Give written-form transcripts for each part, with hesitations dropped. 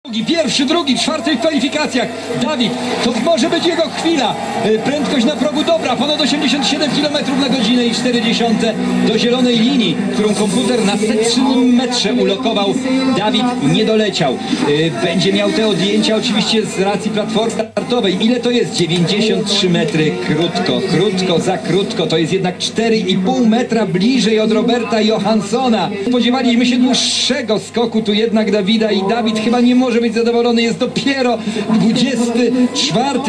Pierwszy, drugi, czwarty w kwalifikacjach. Dawid, to może być jego chwila. Prędkość na progu dobra, ponad 87 km na godzinę i 40 do zielonej linii, którą komputer na setnym metrze ulokował. Dawid nie doleciał. Będzie miał te odjęcia oczywiście z racji platformy startowej. Ile to jest? 93 metry. Krótko, za krótko. To jest jednak 4,5 metra bliżej od Roberta Johanssona. Spodziewaliśmy się dłuższego skoku tu jednak Dawida i Dawid chyba nie może być zadowolony, jest dopiero 24.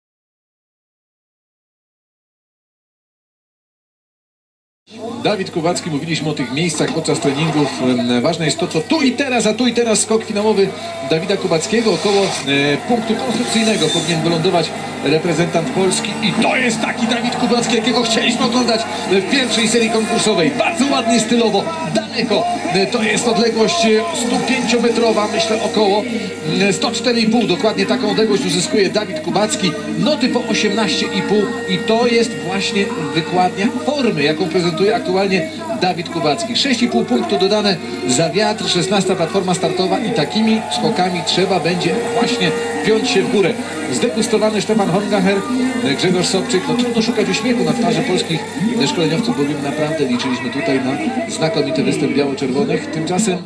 Dawid Kubacki, mówiliśmy o tych miejscach podczas treningów. Ważne jest to, co tu i teraz, a tu i teraz skok finałowy Dawida Kubackiego. Około punktu konstrukcyjnego powinien wylądować reprezentant Polski. I to jest taki Dawid Kubacki, jakiego chcieliśmy oglądać w pierwszej serii konkursowej. Bardzo ładnie, stylowo, daleko. To jest odległość 105-metrowa, myślę około 104,5. Dokładnie taką odległość uzyskuje Dawid Kubacki. Noty po 18,5 i to jest właśnie wykładnia formy, jaką prezentuje aktualnie Dawid Kubacki. 6,5 punktu dodane za wiatr, 16 platforma startowa i takimi skokami trzeba będzie właśnie piąć się w górę. Zdegustowany Stefan Hongacher, Grzegorz Sobczyk. No trudno szukać uśmiechu na twarzy polskich szkoleniowców, bowiem naprawdę liczyliśmy tutaj na znakomity występ biało-czerwonych. Tymczasem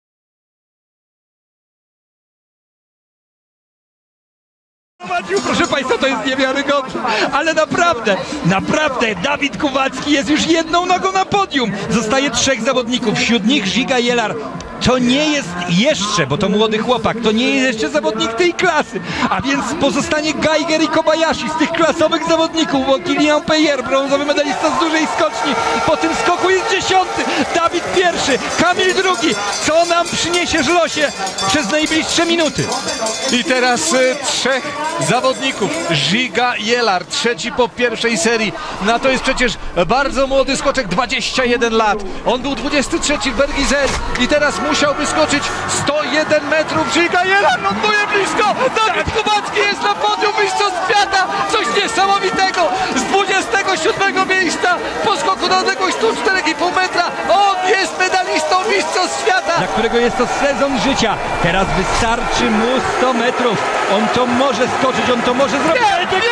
Proszę Państwa, to jest niewiarygodne, ale naprawdę Dawid Kubacki jest już jedną nogą na podium. Zostaje 3 zawodników, wśród nich Žiga Jelar. To nie jest jeszcze, bo to młody chłopak, to nie jest jeszcze zawodnik tej klasy, a więc pozostanie Geiger i Kobayashi z tych klasowych zawodników, bo Kilian Payer, brązowy medalista z dużej skoczni, po tym skoku jest 10, Dawid pierwszy, Kamil drugi. Co nam przyniesie losie przez najbliższe minuty? i teraz 3 zawodników. Žiga Jelar, trzeci po pierwszej serii. No to jest przecież bardzo młody skoczek, 21 lat. On był 23 w Bergizell i teraz musiałby skoczyć 101 metrów. Žiga Jelar ląduje blisko. Dawid Kubacki jest na podium mistrzostw świata. Coś niesamowitego. Z 27 miejsca po skoku na odległość 104,5 metra. On jest medalistą mistrzostw świata, Dla którego jest to sezon życia. Teraz wystarczy mu 100 metrów. On to może skoczyć, on to może zrobić.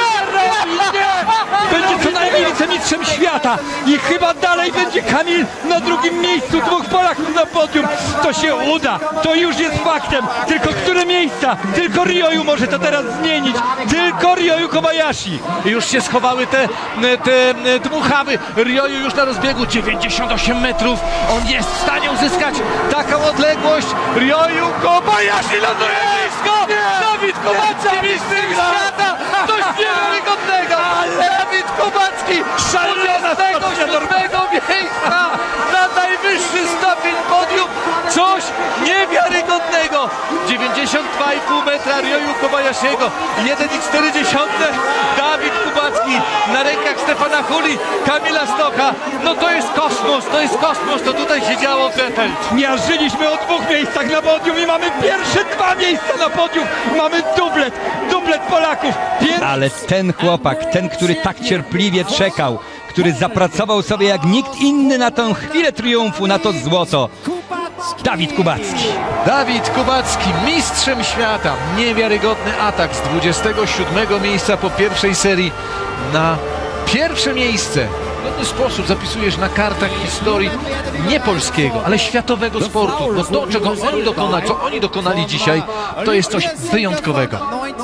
Będzie co najmniej wicemistrzem świata i chyba dalej będzie Kamil na drugim miejscu, 2 Polaków na podium. To się uda, to już jest faktem. Tylko które miejsca? Tylko Ryoyu może to teraz zmienić. Tylko Ryoyu Kobayashi. Już się schowały te dmuchawy. Ryoyu już na rozbiegu 98 metrów. On jest w stanie uzyskać taką odległość. Ryoyu Kobayashi ląduje blisko. Dawid Kubacki, mistrz świata. Coś niewiarygodnego. Dawid Kubacki z 27 miejsca na najwyższy stopień podium. Coś niewiarygodnego. 92,5 metra Ryoyu Kobayashiego. 1,4 Dawid Kubacki na rękach Stefana Huli, Kamila Stocha. No to jest kosmos, to tutaj się działo Gretel. Miażdżyliśmy o 2 miejscach na podium i mamy pierwsze 2 miejsca na podium. Mamy dublet Polaków. Ale ten chłopak, ten, który tak cierpliwie czekał, który zapracował sobie jak nikt inny na tę chwilę triumfu, na to złoto. Dawid Kubacki. Dawid Kubacki, mistrzem świata. Niewiarygodny atak z 27 miejsca po pierwszej serii na pierwsze miejsce. W pewny sposób zapisujesz na kartach historii nie polskiego, ale światowego sportu. Bo to, czego co oni dokonali dzisiaj, to jest coś wyjątkowego.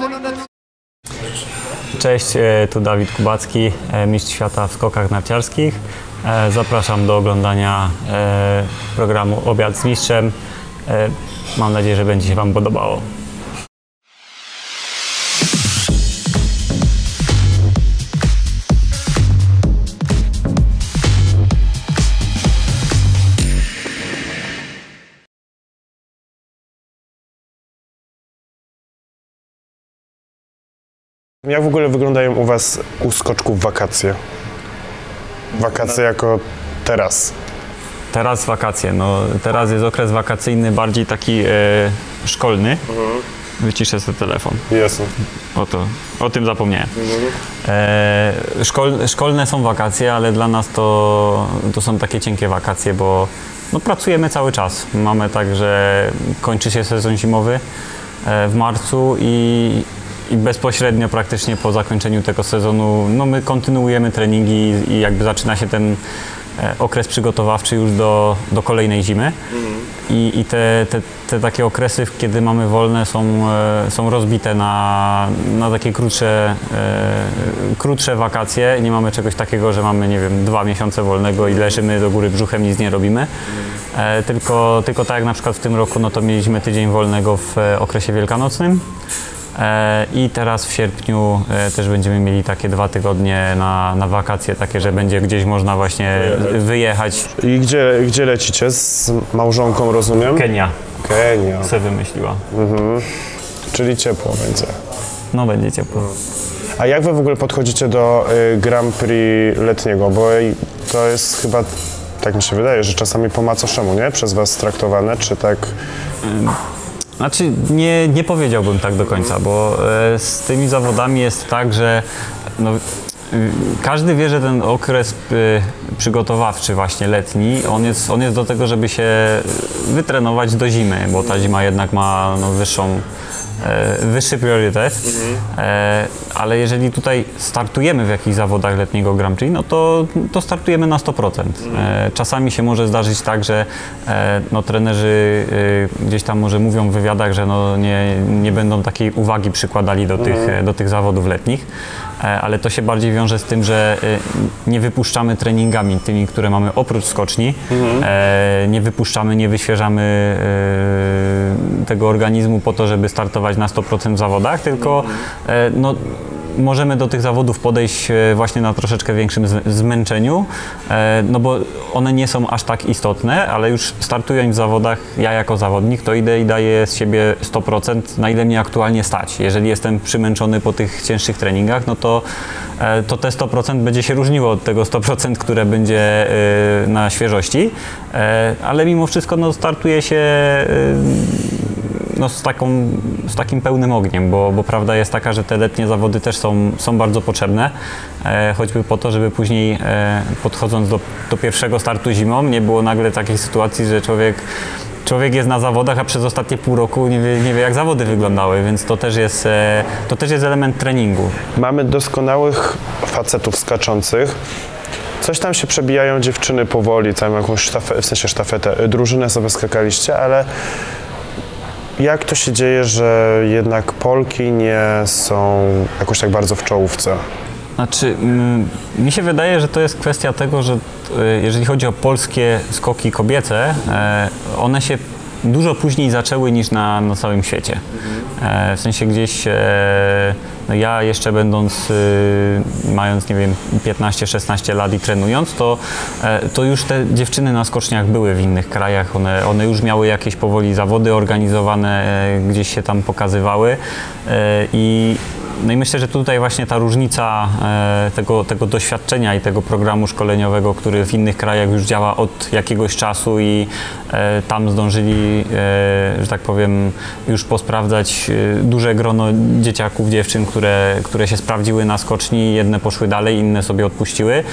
Cześć, tu Dawid Kubacki, mistrz świata w skokach narciarskich. Zapraszam do oglądania programu Obiad z mistrzem. Mam nadzieję, że będzie się Wam podobało. Jak w ogóle wyglądają u Was, u skoczków, wakacje? Wakacje jako teraz. Teraz wakacje. No, teraz jest okres wakacyjny, bardziej taki szkolny. Wyciszę sobie telefon. Jasne. O tym zapomniałem. Szkolne są wakacje, ale dla nas to są takie cienkie wakacje, bo no, pracujemy cały czas. Mamy tak, że kończy się sezon zimowy, w marcu i bezpośrednio praktycznie po zakończeniu tego sezonu no my kontynuujemy treningi i jakby zaczyna się ten okres przygotowawczy już do kolejnej zimy. I te takie okresy, kiedy mamy wolne, są rozbite na takie krótsze wakacje. Nie mamy czegoś takiego, że mamy, nie wiem, 2 miesiące wolnego i leżymy do góry brzuchem, nic nie robimy. Tylko tak jak na przykład w tym roku, no to mieliśmy tydzień wolnego w okresie wielkanocnym. I teraz w sierpniu też będziemy mieli takie 2 tygodnie na wakacje, takie, że będzie gdzieś można właśnie wyjechać. I gdzie lecicie? Z małżonką, rozumiem? Kenia Kenia. se wymyśliła. Czyli ciepło będzie. No będzie ciepło. A jak wy w ogóle podchodzicie do Grand Prix letniego? Bo to jest chyba, tak mi się wydaje, że czasami po macoszemu, nie? Przez was traktowane, czy tak? Znaczy nie powiedziałbym tak do końca, bo z tymi zawodami jest tak, że no, każdy wie, że ten okres przygotowawczy właśnie letni, on jest do tego, żeby się wytrenować do zimy, bo ta zima jednak ma no, wyższy priorytet, ale jeżeli tutaj startujemy w jakichś zawodach letniego Grand Prix, no to startujemy na 100%. Czasami się może zdarzyć tak, że no, trenerzy gdzieś tam może mówią w wywiadach, że no, nie będą takiej uwagi przykładali do tych zawodów letnich, ale to się bardziej wiąże z tym, że nie wypuszczamy treningami tymi, które mamy oprócz skoczni, nie wypuszczamy, nie wyświeżamy tego organizmu po to, żeby startować na 100% w zawodach, tylko no, możemy do tych zawodów podejść właśnie na troszeczkę większym zmęczeniu, no bo one nie są aż tak istotne, ale już startując w zawodach, ja jako zawodnik, to idę i daję z siebie 100%, na ile mnie aktualnie stać. Jeżeli jestem przymęczony po tych cięższych treningach, no to te 100% będzie się różniło od tego 100%, które będzie na świeżości, ale mimo wszystko no, startuje się no, z takim pełnym ogniem, bo prawda jest taka, że te letnie zawody też są bardzo potrzebne, choćby po to, żeby później podchodząc do pierwszego startu zimą, nie było nagle takiej sytuacji, że człowiek jest na zawodach, a przez ostatnie pół roku nie wie jak zawody wyglądały, więc to też jest element treningu. Mamy doskonałych facetów skaczących. Coś tam się przebijają dziewczyny powoli, tam jakąś sztafetę, drużynę sobie skakaliście, ale jak to się dzieje, że jednak Polki nie są jakoś tak bardzo w czołówce? Znaczy, mi się wydaje, że to jest kwestia tego, że jeżeli chodzi o polskie skoki kobiece, one się dużo później zaczęły niż na całym świecie. W sensie gdzieś, no ja jeszcze będąc, mając nie wiem 15-16 lat i trenując, to już te dziewczyny na skoczniach były w innych krajach, one już miały jakieś powoli zawody organizowane, gdzieś się tam pokazywały no i myślę, że tutaj właśnie ta różnica tego doświadczenia i tego programu szkoleniowego, który w innych krajach już działa od jakiegoś czasu i tam zdążyli, że tak powiem, już posprawdzać duże grono dzieciaków, dziewczyn, które się sprawdziły na skoczni, jedne poszły dalej, inne sobie odpuściły.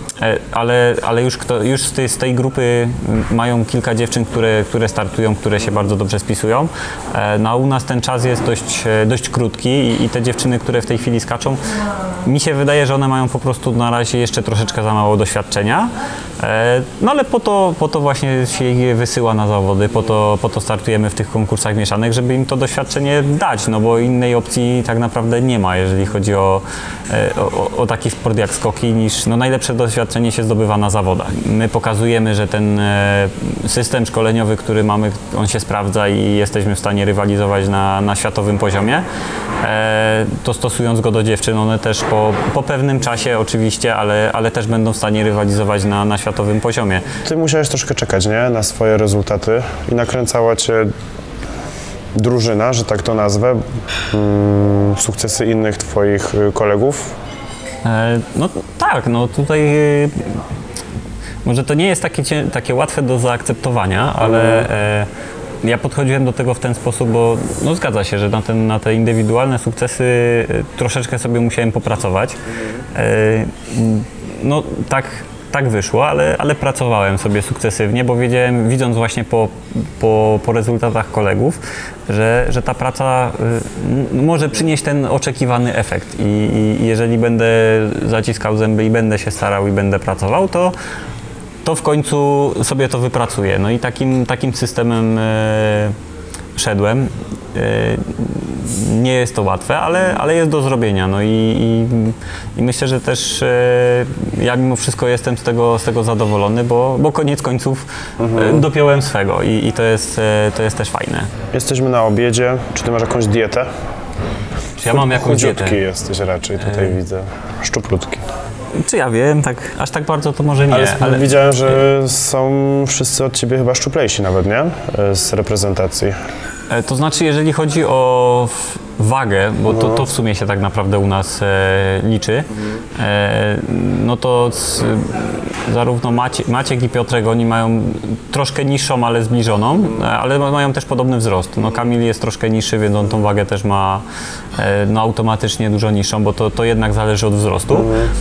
Ale już z tej grupy mają kilka dziewczyn, które startują, które się bardzo dobrze spisują. No a u nas ten czas jest dość krótki i te dziewczyny, które w tej chwili skaczą, mi się wydaje, że one mają po prostu na razie jeszcze troszeczkę za mało doświadczenia. No ale po to właśnie się je wysyła na zawody, po to startujemy w tych konkursach mieszanych, żeby im to doświadczenie dać, no bo innej opcji tak naprawdę nie ma, jeżeli chodzi o taki sport jak skoki, niż no najlepsze doświadczenie się zdobywa na zawodach. My pokazujemy, że ten system szkoleniowy, który mamy, on się sprawdza i jesteśmy w stanie rywalizować na światowym poziomie. To stosując go do dziewczyn, one też po pewnym czasie oczywiście, ale też będą w stanie rywalizować na światowym poziomie. Ty musiałeś troszkę czekać, nie? Na swoje rezultaty i nakręcała cię drużyna, że tak to nazwę, sukcesy innych twoich kolegów. No tak, no tutaj może to nie jest takie łatwe do zaakceptowania, ale ja podchodziłem do tego w ten sposób, bo no zgadza się, że na te indywidualne sukcesy troszeczkę sobie musiałem popracować. No tak tak wyszło, ale pracowałem sobie sukcesywnie, bo widząc właśnie po rezultatach kolegów, że ta praca może przynieść ten oczekiwany efekt i jeżeli będę zaciskał zęby i będę się starał i będę pracował, to w końcu sobie to wypracuję. No i takim systemem szedłem. Nie jest to łatwe, ale jest do zrobienia. No i myślę, że też ja mimo wszystko jestem z tego zadowolony, bo koniec końców dopiąłem swego i to jest też fajne. Jesteśmy na obiedzie. Czy ty masz jakąś dietę? Czy ja mam jakąś dietę? Chudziutki jesteś raczej, tutaj widzę. Szczuplutki. Czy ja wiem, aż tak bardzo to może nie. Ale widziałem, że są wszyscy od ciebie chyba szczuplejsi nawet, nie? Z reprezentacji. To znaczy, jeżeli chodzi o wagę, bo to w sumie się tak naprawdę u nas liczy, no to zarówno Maciek i Piotrek, oni mają troszkę niższą, ale zbliżoną, ale mają też podobny wzrost. No Kamil jest troszkę niższy, więc on tą wagę też ma no, automatycznie dużo niższą, bo to jednak zależy od wzrostu.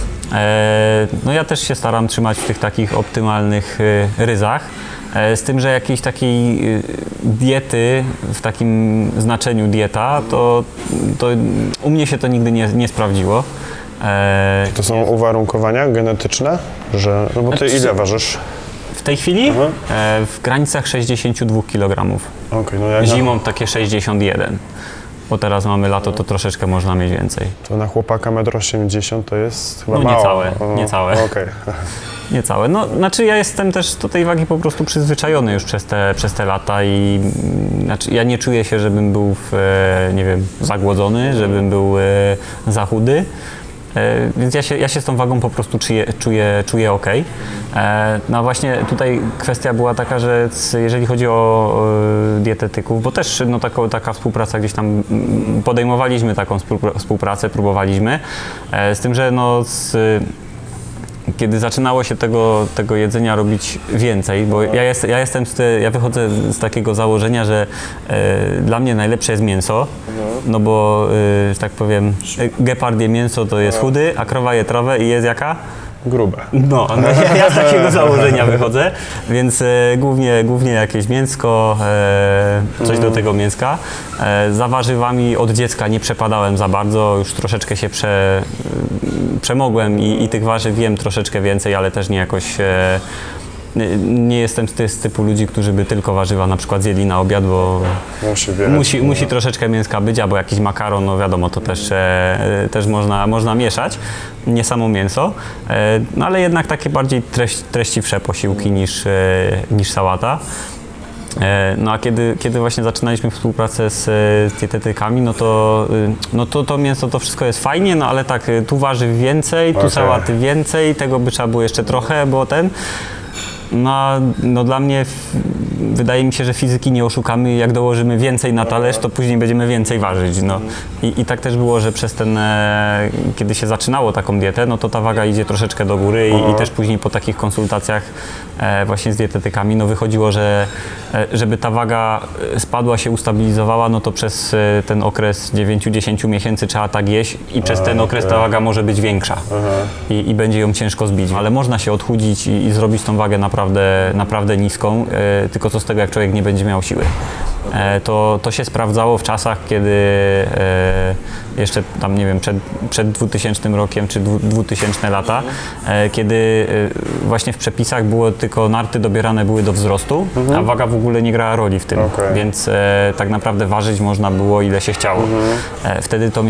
No ja też się staram trzymać w tych takich optymalnych ryzach. Z tym, że jakiejś takiej diety, w takim znaczeniu dieta, to u mnie się to nigdy nie sprawdziło. To są uwarunkowania genetyczne? No bo ty ile ważysz? W tej chwili w granicach 62 kg. Okay, no jak Zimą takie 61. Bo teraz mamy lato, to troszeczkę można mieć więcej. To na chłopaka 1,80 m to jest chyba no mało. Niecałe. Okay. Niecałe. No, znaczy ja jestem też do tej wagi po prostu przyzwyczajony już przez te lata i znaczy ja nie czuję się, żebym był nie wiem, zagłodzony, żebym był za chudy. Więc ja się z tą wagą po prostu czuję ok. No właśnie tutaj kwestia była taka, że jeżeli chodzi o dietetyków, bo też no, taka współpraca gdzieś tam podejmowaliśmy taką współpracę, próbowaliśmy, z tym, że no kiedy zaczynało się tego jedzenia robić więcej, bo ja wychodzę z takiego założenia, że dla mnie najlepsze jest mięso, no bo, że tak powiem, gepard je mięso, to jest chudy, a krowa je trawę i jest jaka? Grube. No ja z takiego założenia wychodzę, więc głównie jakieś mięsko, coś do tego mięska. Za warzywami od dziecka nie przepadałem za bardzo, już troszeczkę się przemogłem i tych warzyw wiem troszeczkę więcej, ale też nie jakoś... Nie jestem z typu ludzi, którzy by tylko warzywa na przykład zjedli na obiad, bo musi troszeczkę mięska być, albo jakiś makaron, no wiadomo, to też można mieszać, nie samo mięso, no ale jednak takie bardziej treściwsze posiłki niż sałata. No a kiedy właśnie zaczynaliśmy współpracę z dietetykami, no to mięso to wszystko jest fajnie, no ale tak, tu warzyw więcej, tu sałaty więcej, tego by trzeba było jeszcze trochę, bo no dla mnie wydaje mi się, że fizyki nie oszukamy, jak dołożymy więcej na talerz, to później będziemy więcej ważyć. No. I tak też było, że przez kiedy się zaczynało taką dietę, no to ta waga idzie troszeczkę do góry i też później po takich konsultacjach właśnie z dietetykami, no wychodziło, że żeby ta waga spadła, się ustabilizowała, no to przez ten okres 9-10 miesięcy trzeba tak jeść i przez ten okres ta waga może być większa i będzie ją ciężko zbić. Ale można się odchudzić i zrobić tą wagę naprawdę niską, tylko co z tego, jak człowiek nie będzie miał siły. To się sprawdzało w czasach, kiedy jeszcze tam, nie wiem, przed 2000 rokiem czy 2000 lata, kiedy właśnie w przepisach było tylko narty dobierane były do wzrostu, a waga w ogóle nie grała roli w tym, więc tak naprawdę ważyć można było ile się chciało. Wtedy to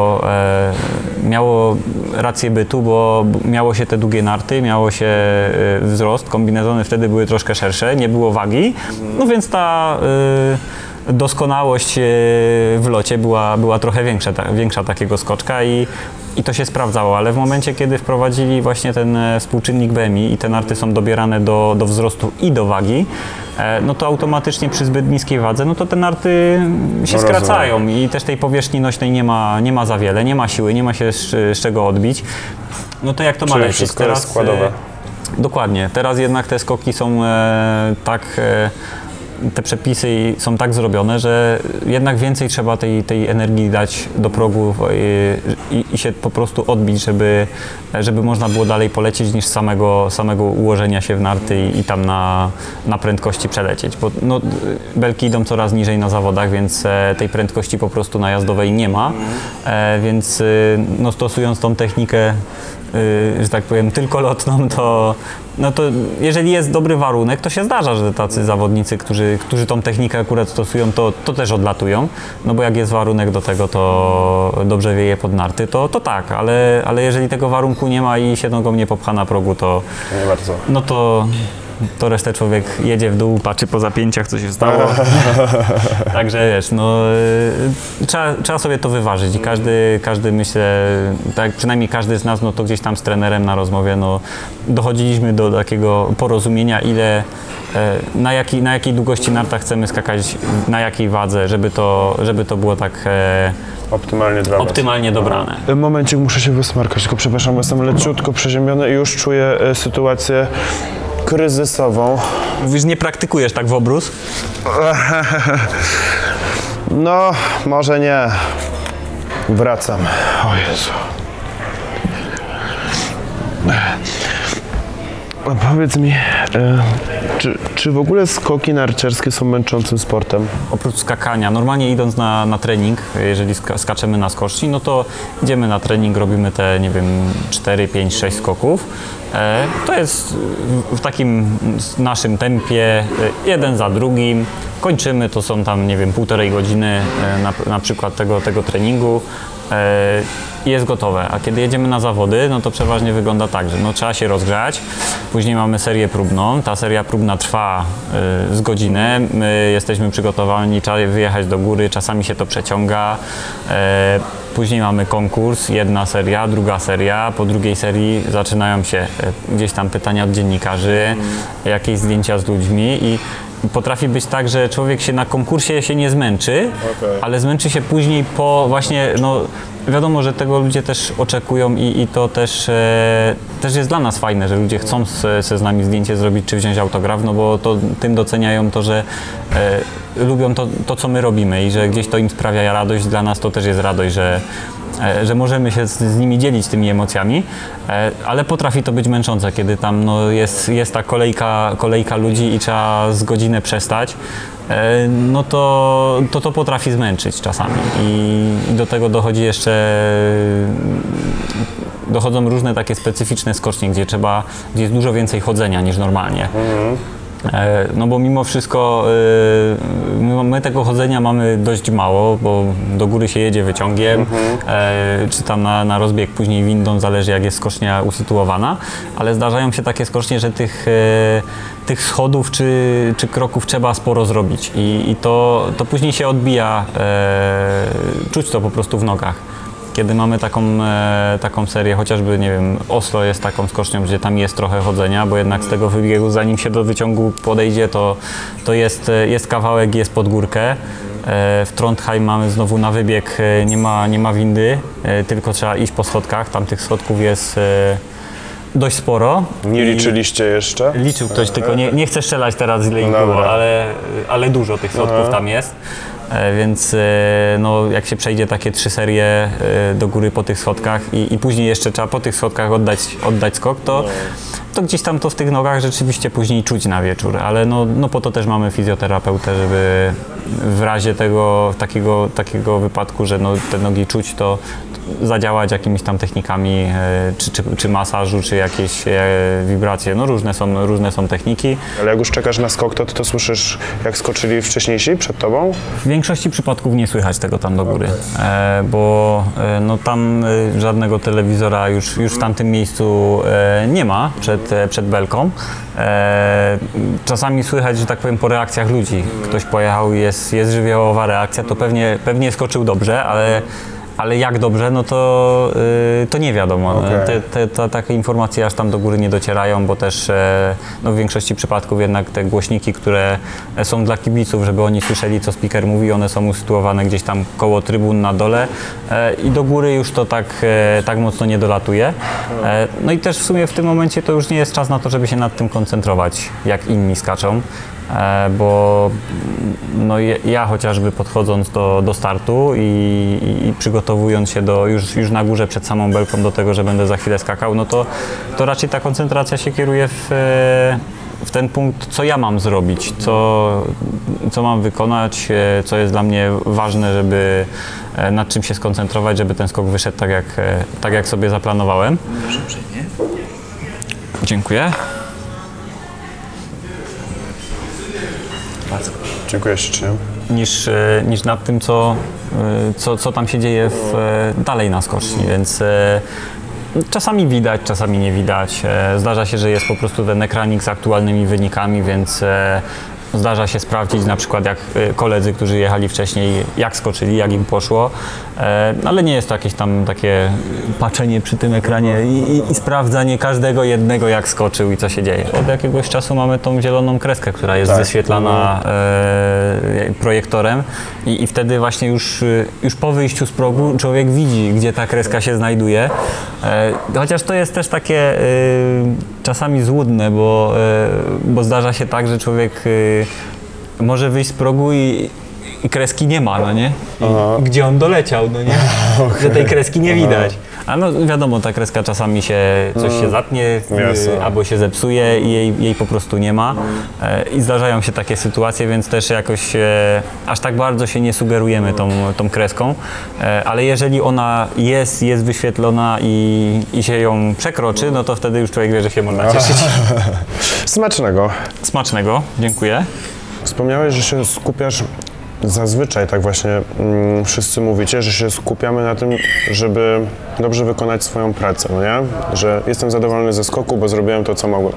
miało rację bytu, bo miało się te długie narty, miało się wzrost, kombinezony wtedy były troszkę szersze, nie było wagi, no więc ta doskonałość w locie była trochę większa takiego skoczka i to się sprawdzało, ale w momencie, kiedy wprowadzili właśnie ten współczynnik BMI i te narty są dobierane do wzrostu i do wagi, no to automatycznie przy zbyt niskiej wadze, no to te narty się skracają i też tej powierzchni nośnej nie ma za wiele, nie ma siły, nie ma się z czego odbić. No to jak to ma lecieć? Wszystko jest składowe. Dokładnie. Teraz jednak te skoki są tak te przepisy są tak zrobione, że jednak więcej trzeba tej energii dać do progu i się po prostu odbić, żeby można było dalej polecieć niż samego ułożenia się w narty i tam na prędkości przelecieć. Bo no, belki idą coraz niżej na zawodach, więc tej prędkości po prostu najazdowej nie ma, więc no, stosując tą technikę, że tak powiem, tylko lotną, to jeżeli jest dobry warunek, to się zdarza, że tacy zawodnicy, którzy tą technikę akurat stosują, to też odlatują, no bo jak jest warunek do tego, to dobrze wieje pod narty, to tak, ale jeżeli tego warunku nie ma i się nogą nie popcha na progu, to Nie bardzo. no to resztę człowiek jedzie w dół, patrzy po zapięciach, co się stało. Także wiesz, no trzeba sobie to wyważyć i każdy myślę, tak przynajmniej każdy z nas, no to gdzieś tam z trenerem na rozmowie, no dochodziliśmy do takiego porozumienia, ile na jakiej długości narta chcemy skakać, na jakiej wadze, żeby to było tak Optymalnie dla was. optymalnie dobrane. Momencik, muszę się wysmarkać, tylko przepraszam, bo jestem leciutko przeziębiony i już czuję sytuację kryzysową. Mówisz, nie praktykujesz tak w obrus? No, może nie. Wracam. O Jezu. Powiedz mi, czy w ogóle skoki narciarskie są męczącym sportem? Oprócz skakania, normalnie idąc na trening, jeżeli skaczemy na skoczni, no to idziemy na trening, robimy te, nie wiem, 4, 5, 6 skoków. To jest w takim naszym tempie, jeden za drugim. Kończymy, to są tam, nie wiem, 1,5 godziny na przykład tego treningu. Jest gotowe, a kiedy jedziemy na zawody, no to przeważnie wygląda tak, że no, trzeba się rozgrzać, później mamy serię próbną, ta seria próbna trwa z godzinę, my jesteśmy przygotowani, trzeba wyjechać do góry, czasami się to przeciąga, później mamy konkurs, jedna seria, druga seria, po drugiej serii zaczynają się gdzieś tam pytania od dziennikarzy, jakieś zdjęcia z ludźmi i potrafi być tak, że człowiek się na konkursie się nie zmęczy, ale zmęczy się później po właśnie, no wiadomo, że tego ludzie też oczekują i to też jest dla nas fajne, że ludzie chcą se z nami zdjęcie zrobić czy wziąć autograf, no bo to tym doceniają to, że lubią to, co my robimy i że gdzieś to im sprawia radość, dla nas to też jest radość, że możemy się z nimi dzielić tymi emocjami, ale potrafi to być męczące, kiedy tam no, jest ta kolejka ludzi i trzeba z godzinę przestać, no to potrafi zmęczyć czasami i do tego dochodzi dochodzą różne takie specyficzne skocznie, gdzie jest dużo więcej chodzenia niż normalnie. No bo mimo wszystko my tego chodzenia mamy dość mało, bo do góry się jedzie wyciągiem, czy tam na rozbieg później windą, zależy jak jest skocznia usytuowana, ale zdarzają się takie skocznie, że tych schodów czy kroków trzeba sporo zrobić i to później się odbija, czuć to po prostu w nogach. Kiedy mamy taką serię, chociażby, nie wiem, Oslo jest taką skocznią, gdzie tam jest trochę chodzenia, bo jednak z tego wybiegu, zanim się do wyciągu podejdzie, to jest kawałek, jest pod górkę. W Trondheim mamy znowu na wybieg, nie ma windy, tylko trzeba iść po schodkach, tam tych schodków jest dość sporo. Nie liczyliście jeszcze? Liczył ktoś, tylko nie chcę strzelać teraz ile ich było, ale dużo tych schodków tam jest. Więc no, jak się przejdzie takie 3 serie do góry po tych schodkach i później jeszcze trzeba po tych schodkach oddać skok, to gdzieś tam to w tych nogach rzeczywiście później czuć na wieczór, ale no po to też mamy fizjoterapeutę, żeby w razie takiego wypadku, że no, te nogi czuć, to zadziałać jakimiś tam technikami, czy masażu, czy jakieś wibracje, no różne są techniki. Ale jak już czekasz na skok, to słyszysz, jak skoczyli wcześniejsi przed tobą? W większości przypadków nie słychać tego tam do góry, bo no tam żadnego telewizora już w tamtym miejscu nie ma przed belką. Czasami słychać, że tak powiem, po reakcjach ludzi. Ktoś pojechał i jest żywiołowa reakcja, to pewnie skoczył dobrze, ale jak dobrze, no to nie wiadomo. Okay. Takie informacje aż tam do góry nie docierają, bo też no w większości przypadków jednak te głośniki, które są dla kibiców, żeby oni słyszeli, co speaker mówi, one są usytuowane gdzieś tam koło trybun na dole i do góry już to tak mocno nie dolatuje. No i też w sumie w tym momencie to już nie jest czas na to, żeby się nad tym koncentrować, jak inni skaczą. bo no, ja chociażby podchodząc do startu i przygotowując się już na górze przed samą belką do tego, że będę za chwilę skakał, no to raczej ta koncentracja się kieruje w ten punkt, co ja mam zrobić, co mam wykonać, co jest dla mnie ważne, żeby nad czym się skoncentrować, żeby ten skok wyszedł tak jak sobie zaplanowałem. Dziękuję. Dziękuję ślicznie. Niż nad tym, co tam się dzieje dalej na skoczni, więc czasami widać, czasami nie widać. Zdarza się, że jest po prostu ten ekranik z aktualnymi wynikami, więc zdarza się sprawdzić na przykład jak koledzy, którzy jechali wcześniej, jak skoczyli, jak im poszło, ale nie jest to jakieś tam takie patrzenie przy tym ekranie i sprawdzanie każdego jednego, jak skoczył i co się dzieje. Od jakiegoś czasu mamy tą zieloną kreskę, która jest wyświetlana projektorem i wtedy właśnie już po wyjściu z progu człowiek widzi, gdzie ta kreska się znajduje. Chociaż to jest też takie czasami złudne, bo zdarza się tak, że człowiek może wyjść z progu i kreski nie ma, no nie? I gdzie on doleciał, no nie? Że tej kreski nie widać. A no wiadomo, ta kreska czasami coś się zatnie, albo się zepsuje i jej po prostu nie ma. I zdarzają się takie sytuacje, więc też jakoś aż tak bardzo się nie sugerujemy tą kreską. Ale jeżeli ona jest wyświetlona i się ją przekroczy, no to wtedy już człowiek wie, że się można cieszyć. Smacznego. Smacznego, dziękuję. Wspomniałeś, że się skupiasz, zazwyczaj tak właśnie wszyscy mówicie, że się skupiamy na tym, żeby dobrze wykonać swoją pracę, no nie? Że jestem zadowolony ze skoku, bo zrobiłem to, co mogłem.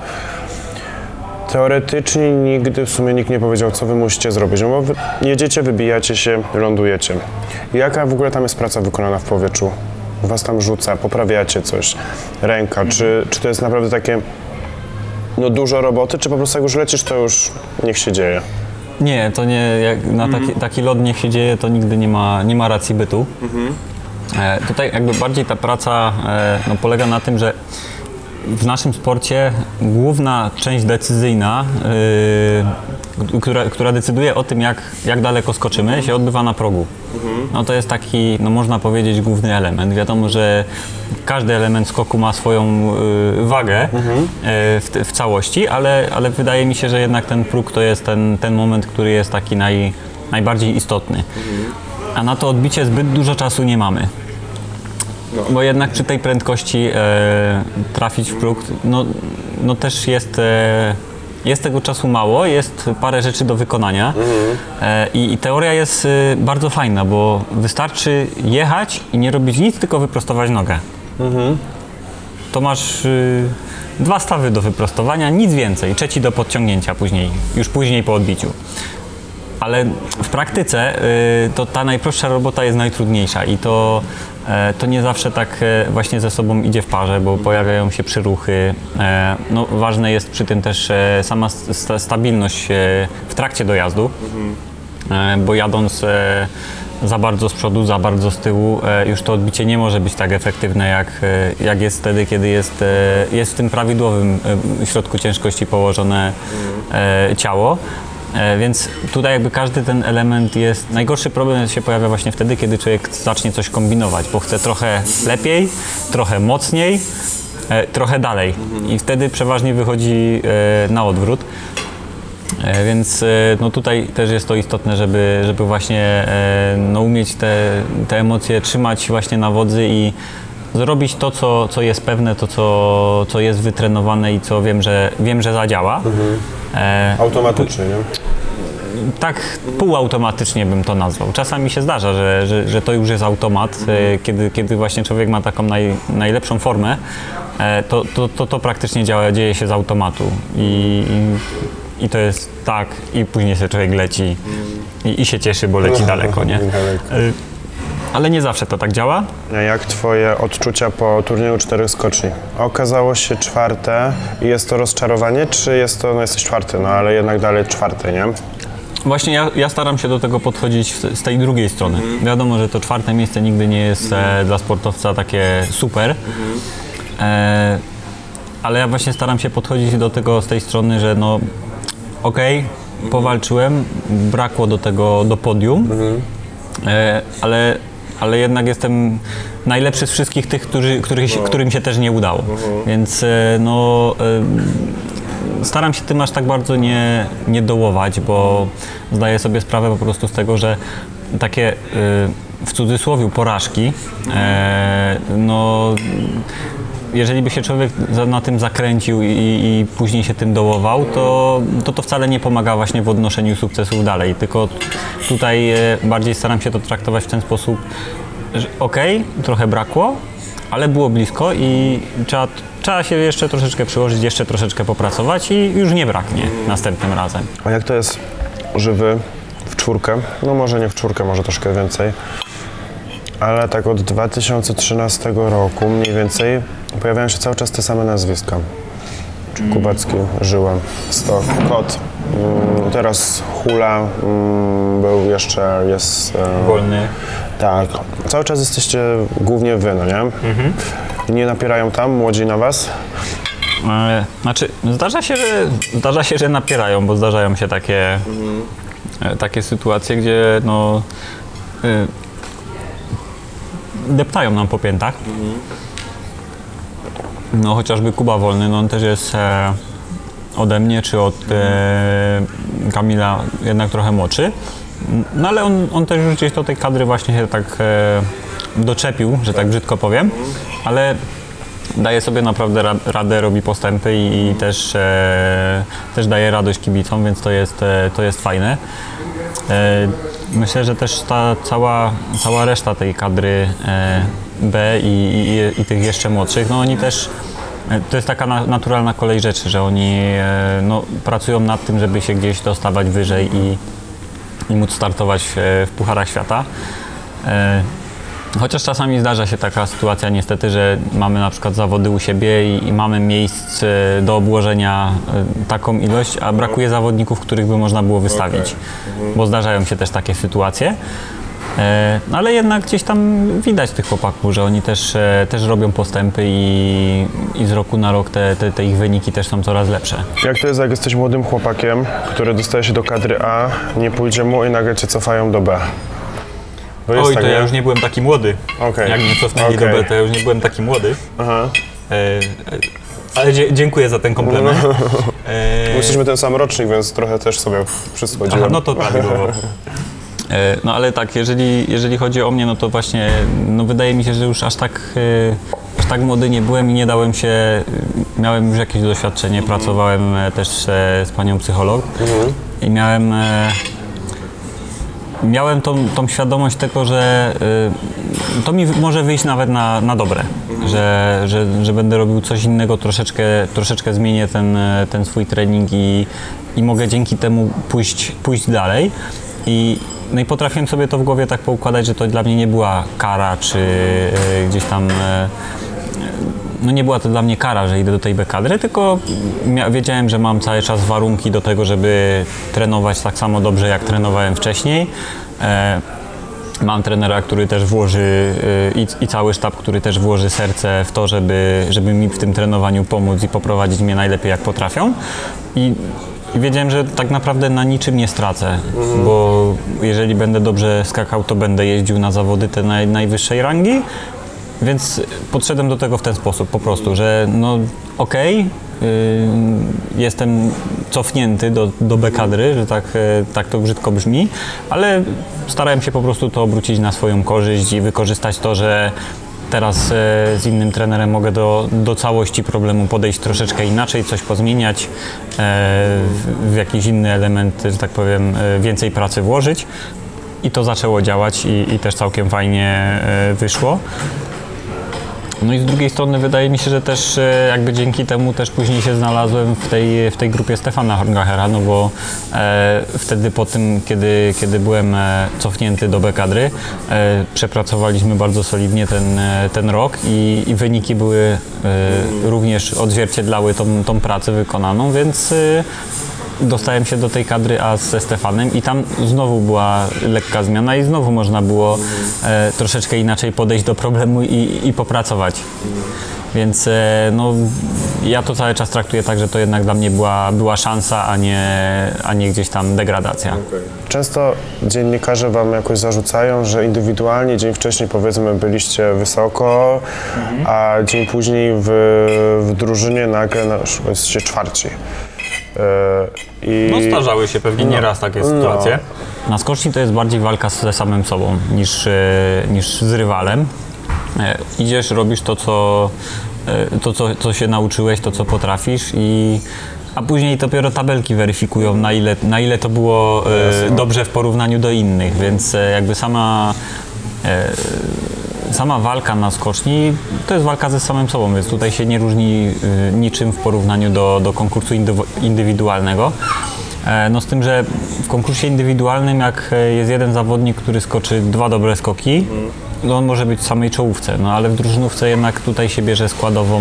Teoretycznie nigdy w sumie nikt nie powiedział, co wy musicie zrobić, no bo wy jedziecie, wybijacie się, lądujecie. Jaka w ogóle tam jest praca wykonana w powietrzu? Was tam rzuca, poprawiacie coś, ręka, czy to jest naprawdę takie no dużo roboty, czy po prostu jak już lecisz, to już niech się dzieje? Nie, to nie, jak na taki lot niech się dzieje, to nigdy nie ma racji bytu. Tutaj jakby bardziej ta praca no, polega na tym, że w naszym sporcie główna część decyzyjna, która decyduje o tym, jak daleko skoczymy, się odbywa na progu. No to jest taki, no można powiedzieć, główny element. Wiadomo, że każdy element skoku ma swoją wagę w całości, ale wydaje mi się, że jednak ten próg to jest ten moment, który jest taki najbardziej istotny. A na to odbicie zbyt dużo czasu nie mamy. Bo jednak przy tej prędkości trafić w próg, no też jest tego czasu mało, jest parę rzeczy do wykonania i teoria jest bardzo fajna, bo wystarczy jechać i nie robić nic, tylko wyprostować nogę. To masz 2 stawy do wyprostowania, nic więcej, 3 do podciągnięcia już później po odbiciu. Ale w praktyce to ta najprostsza robota jest najtrudniejsza i to nie zawsze tak właśnie ze sobą idzie w parze, bo pojawiają się przyruchy. No, ważne jest przy tym też sama stabilność w trakcie dojazdu, bo jadąc za bardzo z przodu, za bardzo z tyłu, już to odbicie nie może być tak efektywne, jak jest wtedy, kiedy jest w tym prawidłowym środku ciężkości położone ciało. Więc tutaj jakby każdy ten element jest... Najgorszy problem się pojawia właśnie wtedy, kiedy człowiek zacznie coś kombinować, bo chce trochę lepiej, trochę mocniej, trochę dalej. I wtedy przeważnie wychodzi na odwrót. Więc no tutaj też jest to istotne, żeby właśnie no umieć te emocje trzymać właśnie na wodzy i zrobić to, co jest pewne, to, co jest wytrenowane i co wiem, że zadziała. Automatycznie, nie? Tak półautomatycznie bym to nazwał. Czasami się zdarza, że to już jest automat, kiedy właśnie człowiek ma taką najlepszą formę, to praktycznie dzieje się z automatu i to jest tak i później sobie człowiek leci i się cieszy, bo leci daleko, nie? Ale nie zawsze to tak działa. A jak twoje odczucia po turnieju 4 skoczni? Okazało się 4 i jest to rozczarowanie, czy jest to, no jesteś 4, no ale jednak dalej 4, nie? Właśnie ja staram się do tego podchodzić z tej drugiej strony. Wiadomo, że to 4 miejsce nigdy nie jest dla sportowca takie super, ale ja właśnie staram się podchodzić do tego z tej strony, że no okej, powalczyłem, brakło do podium, ale jednak jestem najlepszy z wszystkich tych, którym się też nie udało. Więc staram się tym aż tak bardzo nie dołować, bo zdaję sobie sprawę po prostu z tego, że takie w cudzysłowie porażki, jeżeli by się człowiek na tym zakręcił i później się tym dołował, to wcale nie pomaga właśnie w odnoszeniu sukcesów dalej. Tylko tutaj bardziej staram się to traktować w ten sposób, że okej, trochę brakło, ale było blisko i trzeba się jeszcze troszeczkę przyłożyć, jeszcze troszeczkę popracować i już nie braknie następnym razem. A jak to jest żywy w czwórkę? No może nie w czwórkę, może troszkę więcej. Ale tak od 2013 roku mniej więcej pojawiają się cały czas te same nazwiska. Kubacki, Żyła, Stok, Kot. Teraz Hula, był jeszcze, jest... Wolny. Tak. Cały czas jesteście głównie wy, no nie? Nie napierają tam młodzi na was? Znaczy, zdarza się, że napierają, bo zdarzają się takie sytuacje, gdzie deptają nam po piętach. No chociażby Kuba Wolny, on też jest ode mnie czy od Kamila jednak trochę młodszy. No ale on też już gdzieś do tej kadry właśnie się tak doczepił, że tak brzydko powiem, ale daje sobie naprawdę radę, robi postępy i też daje radość kibicom, więc to jest fajne. Myślę, że też ta cała reszta tej kadry B i tych jeszcze młodszych, oni też, to jest taka naturalna kolej rzeczy, że oni pracują nad tym, żeby się gdzieś dostawać wyżej i móc startować w Pucharach Świata. Chociaż czasami zdarza się taka sytuacja niestety, że mamy na przykład zawody u siebie i mamy miejsc do obłożenia taką ilość, a brakuje zawodników, których by można było wystawić, bo zdarzają się też takie sytuacje. Ale jednak gdzieś tam widać tych chłopaków, że oni też robią postępy i z roku na rok te ich wyniki też są coraz lepsze. Jak to jest, jak jesteś młodym chłopakiem, który dostaje się do kadry A, nie pójdzie mu i nagle cię cofają do B? Oj, to ja już nie byłem taki młody. Okay. Jak mnie cofnęli do B, to ja już nie byłem taki młody. Aha. Ale dziękuję za ten komplement. Jesteśmy ten sam rocznik, więc trochę też sobie przysłodziłem. Aha, no to prawidłowo. No ale tak, jeżeli chodzi o mnie, no to właśnie wydaje mi się, że już aż tak młody nie byłem i nie dałem się, miałem już jakieś doświadczenie, pracowałem też z panią psycholog i miałem tą świadomość tego, że to mi może wyjść nawet na dobre, że będę robił coś innego, troszeczkę zmienię ten swój trening i mogę dzięki temu pójść dalej. No i potrafiłem sobie to w głowie tak poukładać, że to dla mnie nie była kara, czy gdzieś tam, nie była to dla mnie kara, że idę do tej B-kadry, tylko wiedziałem, że mam cały czas warunki do tego, żeby trenować tak samo dobrze, jak trenowałem wcześniej. Mam trenera, który też włoży i cały sztab, który też włoży serce w to, żeby mi w tym trenowaniu pomóc i poprowadzić mnie najlepiej, jak potrafią. I wiedziałem, że tak naprawdę na niczym nie stracę, bo jeżeli będę dobrze skakał, to będę jeździł na zawody te najwyższej rangi, więc podszedłem do tego w ten sposób po prostu, że jestem cofnięty do B-kadry, że tak to brzydko brzmi, ale starałem się po prostu to obrócić na swoją korzyść i wykorzystać to, że teraz z innym trenerem mogę do całości problemu podejść troszeczkę inaczej, coś pozmieniać, w jakiś inny element, że tak powiem, więcej pracy włożyć i to zaczęło działać i też całkiem fajnie wyszło. No i z drugiej strony wydaje mi się, że też jakby dzięki temu też później się znalazłem w tej grupie Stefana Horngachera, no bo wtedy po tym, kiedy byłem cofnięty do B-kadry, przepracowaliśmy bardzo solidnie ten rok i wyniki były również odzwierciedlały tą pracę wykonaną, więc dostałem się do tej kadry A ze Stefanem i tam znowu była lekka zmiana i znowu można było troszeczkę inaczej podejść do problemu i popracować. Więc no, ja to cały czas traktuję tak, że to jednak dla mnie była szansa, a nie gdzieś tam degradacja. Często dziennikarze wam jakoś zarzucają, że indywidualnie dzień wcześniej powiedzmy byliście wysoko, a dzień później w drużynie nagle jesteście czwarci. No zdarzały się pewnie nieraz takie sytuacje. Na skoczni to jest bardziej walka ze samym sobą niż z rywalem. Idziesz, robisz co się nauczyłeś, to co potrafisz a później dopiero tabelki weryfikują, na ile to było dobrze w porównaniu do innych, więc jakby sama walka na skoczni to jest walka ze samym sobą, więc tutaj się nie różni niczym w porównaniu do konkursu indywidualnego. No z tym, że w konkursie indywidualnym jak jest jeden zawodnik, który skoczy 2 dobre skoki, no on może być w samej czołówce, no ale w drużynówce jednak tutaj się bierze składową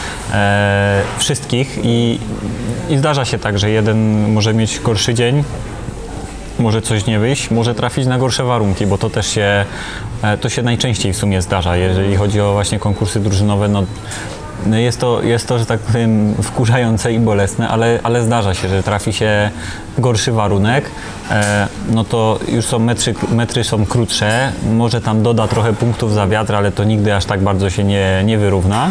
wszystkich i zdarza się tak, że jeden może mieć gorszy dzień, może coś nie wyjść, może trafić na gorsze warunki, bo to też to się najczęściej w sumie zdarza, jeżeli chodzi o właśnie konkursy drużynowe, no jest to, że tak powiem, wkurzające i bolesne, ale zdarza się, że trafi się gorszy warunek, no to już metry są krótsze, może tam doda trochę punktów za wiatr, ale to nigdy aż tak bardzo się nie wyrówna.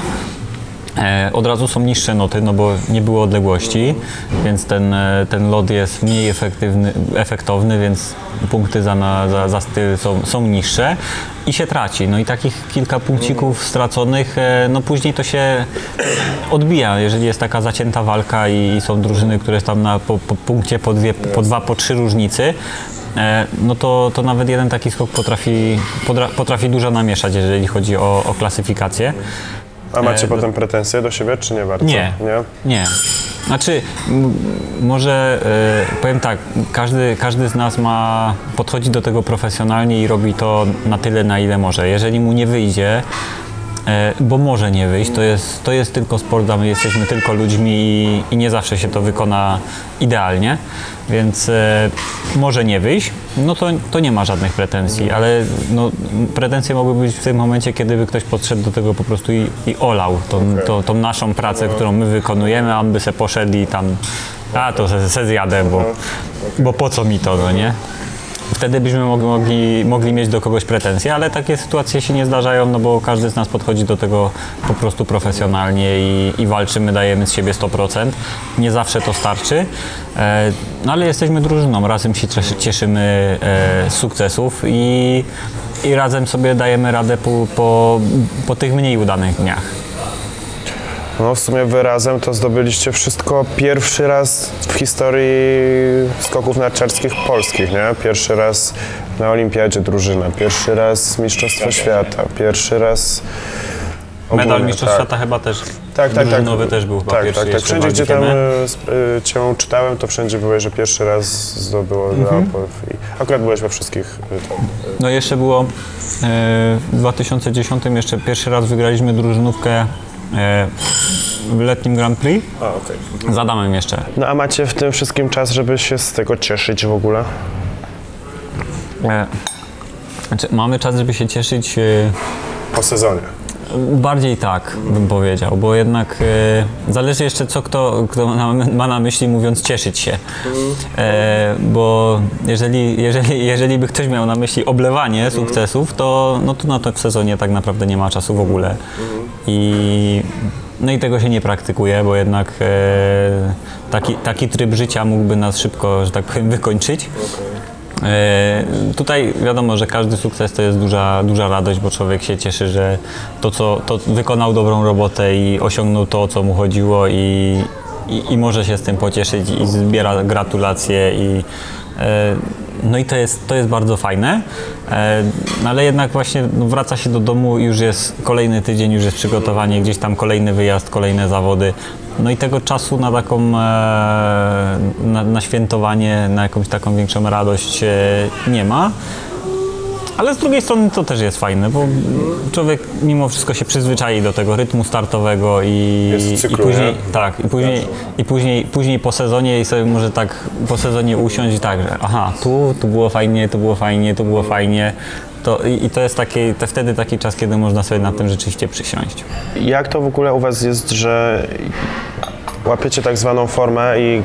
Od razu są niższe noty, no bo nie było odległości, więc ten lot jest mniej efektowny, więc punkty za styl są niższe i się traci. No i takich kilka punkcików straconych, no później to się odbija, jeżeli jest taka zacięta walka i są drużyny, które tam po punkcie, po 2, po 3 różnicy, no to nawet jeden taki skok potrafi dużo namieszać, jeżeli chodzi o klasyfikację. A macie potem pretensje do siebie, czy nie bardzo? Nie. Znaczy, może powiem tak, każdy z nas podchodzi do tego profesjonalnie i robi to na tyle, na ile może. Jeżeli mu nie wyjdzie, bo może nie wyjść, to jest tylko sport, a my jesteśmy tylko ludźmi i nie zawsze się to wykona idealnie, więc może nie wyjść, no to nie ma żadnych pretensji, ale no, pretensje mogły być w tym momencie, kiedy by ktoś podszedł do tego po prostu i olał tą naszą pracę, którą my wykonujemy, a on by se poszedł i tam, to se zjadę, bo po co mi to, no nie? Wtedy byśmy mogli mieć do kogoś pretensje, ale takie sytuacje się nie zdarzają, no bo każdy z nas podchodzi do tego po prostu profesjonalnie i walczymy, dajemy z siebie 100%. Nie zawsze to starczy, no ale jesteśmy drużyną, razem się cieszymy z sukcesów i razem sobie dajemy radę po tych mniej udanych dniach. No w sumie wy razem to zdobyliście wszystko pierwszy raz w historii skoków narciarskich polskich, nie? Pierwszy raz na olimpiadzie drużyna, pierwszy raz Mistrzostwo Świata, pierwszy raz ogólnie, Medal Mistrzostw Świata chyba też. Drużynowy też był chyba pierwszy. Tak. Wszędzie, gdzie tam cię czytałem, to wszędzie byłeś, że pierwszy raz zdobyło i akurat byłeś we wszystkich. No jeszcze było w 2010 jeszcze pierwszy raz wygraliśmy drużynówkę w letnim Grand Prix. Z Adamem jeszcze. No a macie w tym wszystkim czas, żeby się z tego cieszyć w ogóle? Znaczy, mamy czas, żeby się cieszyć. Po sezonie. Bardziej tak, bym powiedział, bo jednak zależy jeszcze kto ma na myśli, mówiąc cieszyć się. Bo jeżeli by ktoś miał na myśli oblewanie sukcesów, to na to w sezonie tak naprawdę nie ma czasu w ogóle. No i tego się nie praktykuje, bo jednak taki tryb życia mógłby nas szybko, że tak powiem, wykończyć. Tutaj wiadomo, że każdy sukces to jest duża radość, bo człowiek się cieszy, że to wykonał dobrą robotę i osiągnął to, o co mu chodziło i może się z tym pocieszyć i zbiera gratulacje no i to jest bardzo fajne, ale jednak właśnie wraca się do domu, już jest kolejny tydzień, już jest przygotowanie, gdzieś tam kolejny wyjazd, kolejne zawody. No i tego czasu na taką, na świętowanie, na jakąś taką większą radość nie ma. Ale z drugiej strony to też jest fajne, bo człowiek mimo wszystko się przyzwyczai do tego rytmu startowego i później, tak, później po sezonie i sobie może tak po sezonie usiąść i tak, że aha, tu było fajnie, tu było fajnie, tu było fajnie. to jest wtedy taki czas, kiedy można sobie na tym rzeczywiście przysiąść. Jak to w ogóle u was jest, że łapiecie tak zwaną formę i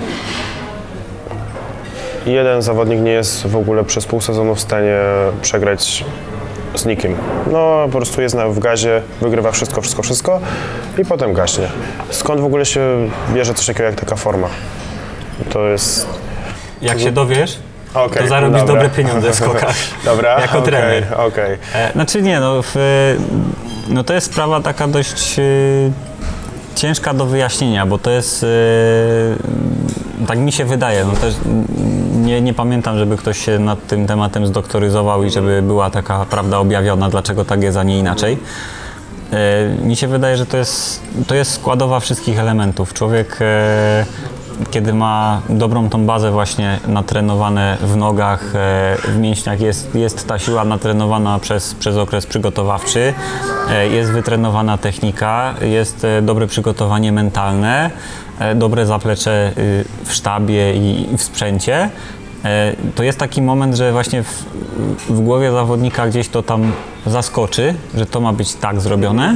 jeden zawodnik nie jest w ogóle przez pół sezonu w stanie przegrać z nikim. No po prostu jest w gazie, wygrywa wszystko i potem gaśnie. Skąd w ogóle się bierze coś takiego jak taka forma? To jest... Jak się dowiesz, Okej, to zarobisz dobra. dobre pieniądze w skokach. Dobra, jako trener. Okej. Znaczy nie, no to jest sprawa taka dość ciężka do wyjaśnienia, bo to jest, tak mi się wydaje, no też nie pamiętam, żeby ktoś się nad tym tematem zdoktoryzował i żeby była taka prawda objawiona, dlaczego tak jest, a nie inaczej. Mi się wydaje, że to jest składowa wszystkich elementów. Człowiek, kiedy ma dobrą tą bazę właśnie natrenowane w nogach, w mięśniach, jest ta siła natrenowana przez okres przygotowawczy, jest wytrenowana technika, jest dobre przygotowanie mentalne, dobre zaplecze w sztabie i w sprzęcie. To jest taki moment, że właśnie w głowie zawodnika gdzieś to tam zaskoczy, że to ma być tak zrobione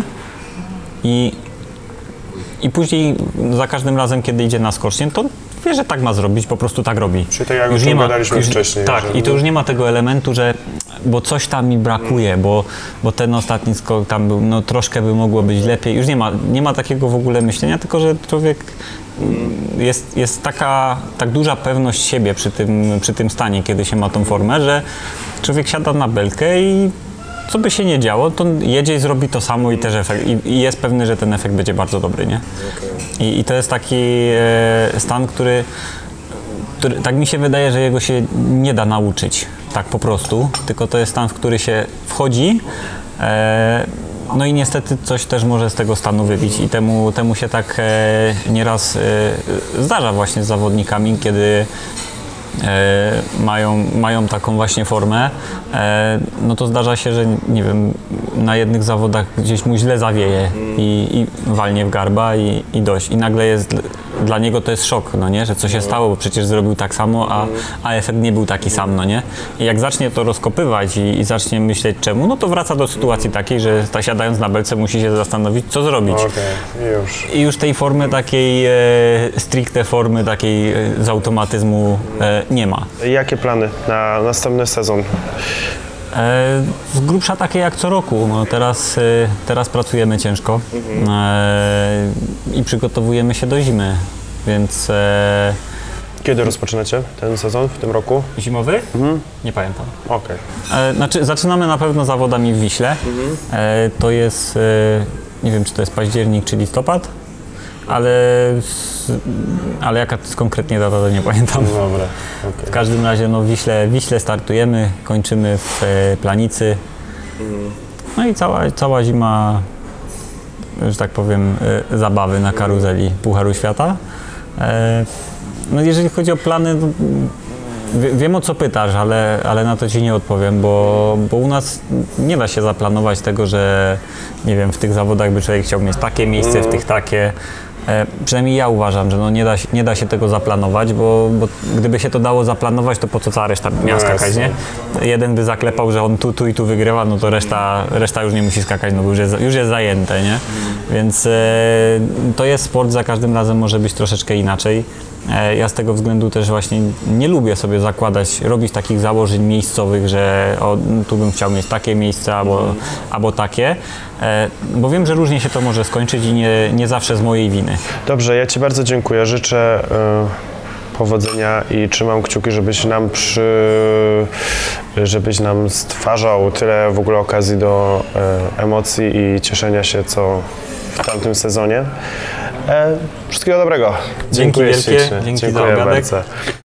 i później za każdym razem, kiedy idzie na skocznie, to wie, że tak ma zrobić, po prostu tak robi. Czyli tak jak już nie gadaliśmy wcześniej. Tak, że... i to już nie ma tego elementu, że bo coś tam mi brakuje, bo ten ostatni skok tam był, no troszkę by mogło być lepiej. Już nie ma takiego w ogóle myślenia, tylko że człowiek jest tak duża pewność siebie przy tym stanie, kiedy się ma tą formę, że człowiek siada na belkę i co by się nie działo, to jedzie i zrobi to samo i też efekt. I jest pewny, że ten efekt będzie bardzo dobry, nie? I to jest taki stan, który tak mi się wydaje, że jego się nie da nauczyć tak po prostu, tylko to jest stan, w który się wchodzi, no i niestety coś też może z tego stanu wybić i temu się tak nieraz zdarza właśnie z zawodnikami, kiedy mają taką właśnie formę, no to zdarza się, że nie wiem, na jednych zawodach gdzieś mu źle zawieje i walnie w garba i dość. I nagle dla niego to jest szok, no nie, że co się stało, bo przecież zrobił tak samo, a efekt nie był taki sam, no nie. I jak zacznie to rozkopywać i zacznie myśleć czemu, no to wraca do sytuacji takiej, że siadając na belce musi się zastanowić, co zrobić. I już tej formy takiej, stricte formy takiej z automatyzmu nie ma. Jakie plany na następny sezon? Z grubsza takie jak co roku. No teraz pracujemy ciężko i przygotowujemy się do zimy, więc... Kiedy rozpoczynacie ten sezon w tym roku? Zimowy? Nie pamiętam. Okej. Znaczy zaczynamy na pewno zawodami w Wiśle. To jest, nie wiem czy to jest październik czy listopad, ale jaka to jest konkretnie data, to nie pamiętam. Dobra, W każdym razie no, w Wiśle startujemy, kończymy w Planicy. No i cała zima, że tak powiem, zabawy na karuzeli Pucharu Świata. No jeżeli chodzi o plany, no, wiem o co pytasz, ale na to ci nie odpowiem, bo u nas nie da się zaplanować tego, że nie wiem, w tych zawodach by człowiek chciał mieć takie miejsce, w tych takie. Przynajmniej ja uważam, że no nie da się tego zaplanować, bo gdyby się to dało zaplanować, to po co cała reszta miała skakać, nie? Jeden by zaklepał, że on tu i tu wygrywa, no to reszta już nie musi skakać, no bo już jest zajęte, nie? Więc to jest sport, za każdym razem może być troszeczkę inaczej. Ja z tego względu też właśnie nie lubię sobie robić takich założeń miejscowych, że tu bym chciał mieć takie miejsce albo takie, bo wiem, że różnie się to może skończyć i nie zawsze z mojej winy. Dobrze, ja ci bardzo dziękuję. Życzę powodzenia i trzymam kciuki, żebyś nam stwarzał tyle w ogóle okazji do emocji i cieszenia się, co w tamtym sezonie. Wszystkiego dobrego. Dzięki wielkie, ślicznie. dzięki za Dziękuję obiadek. bardzo.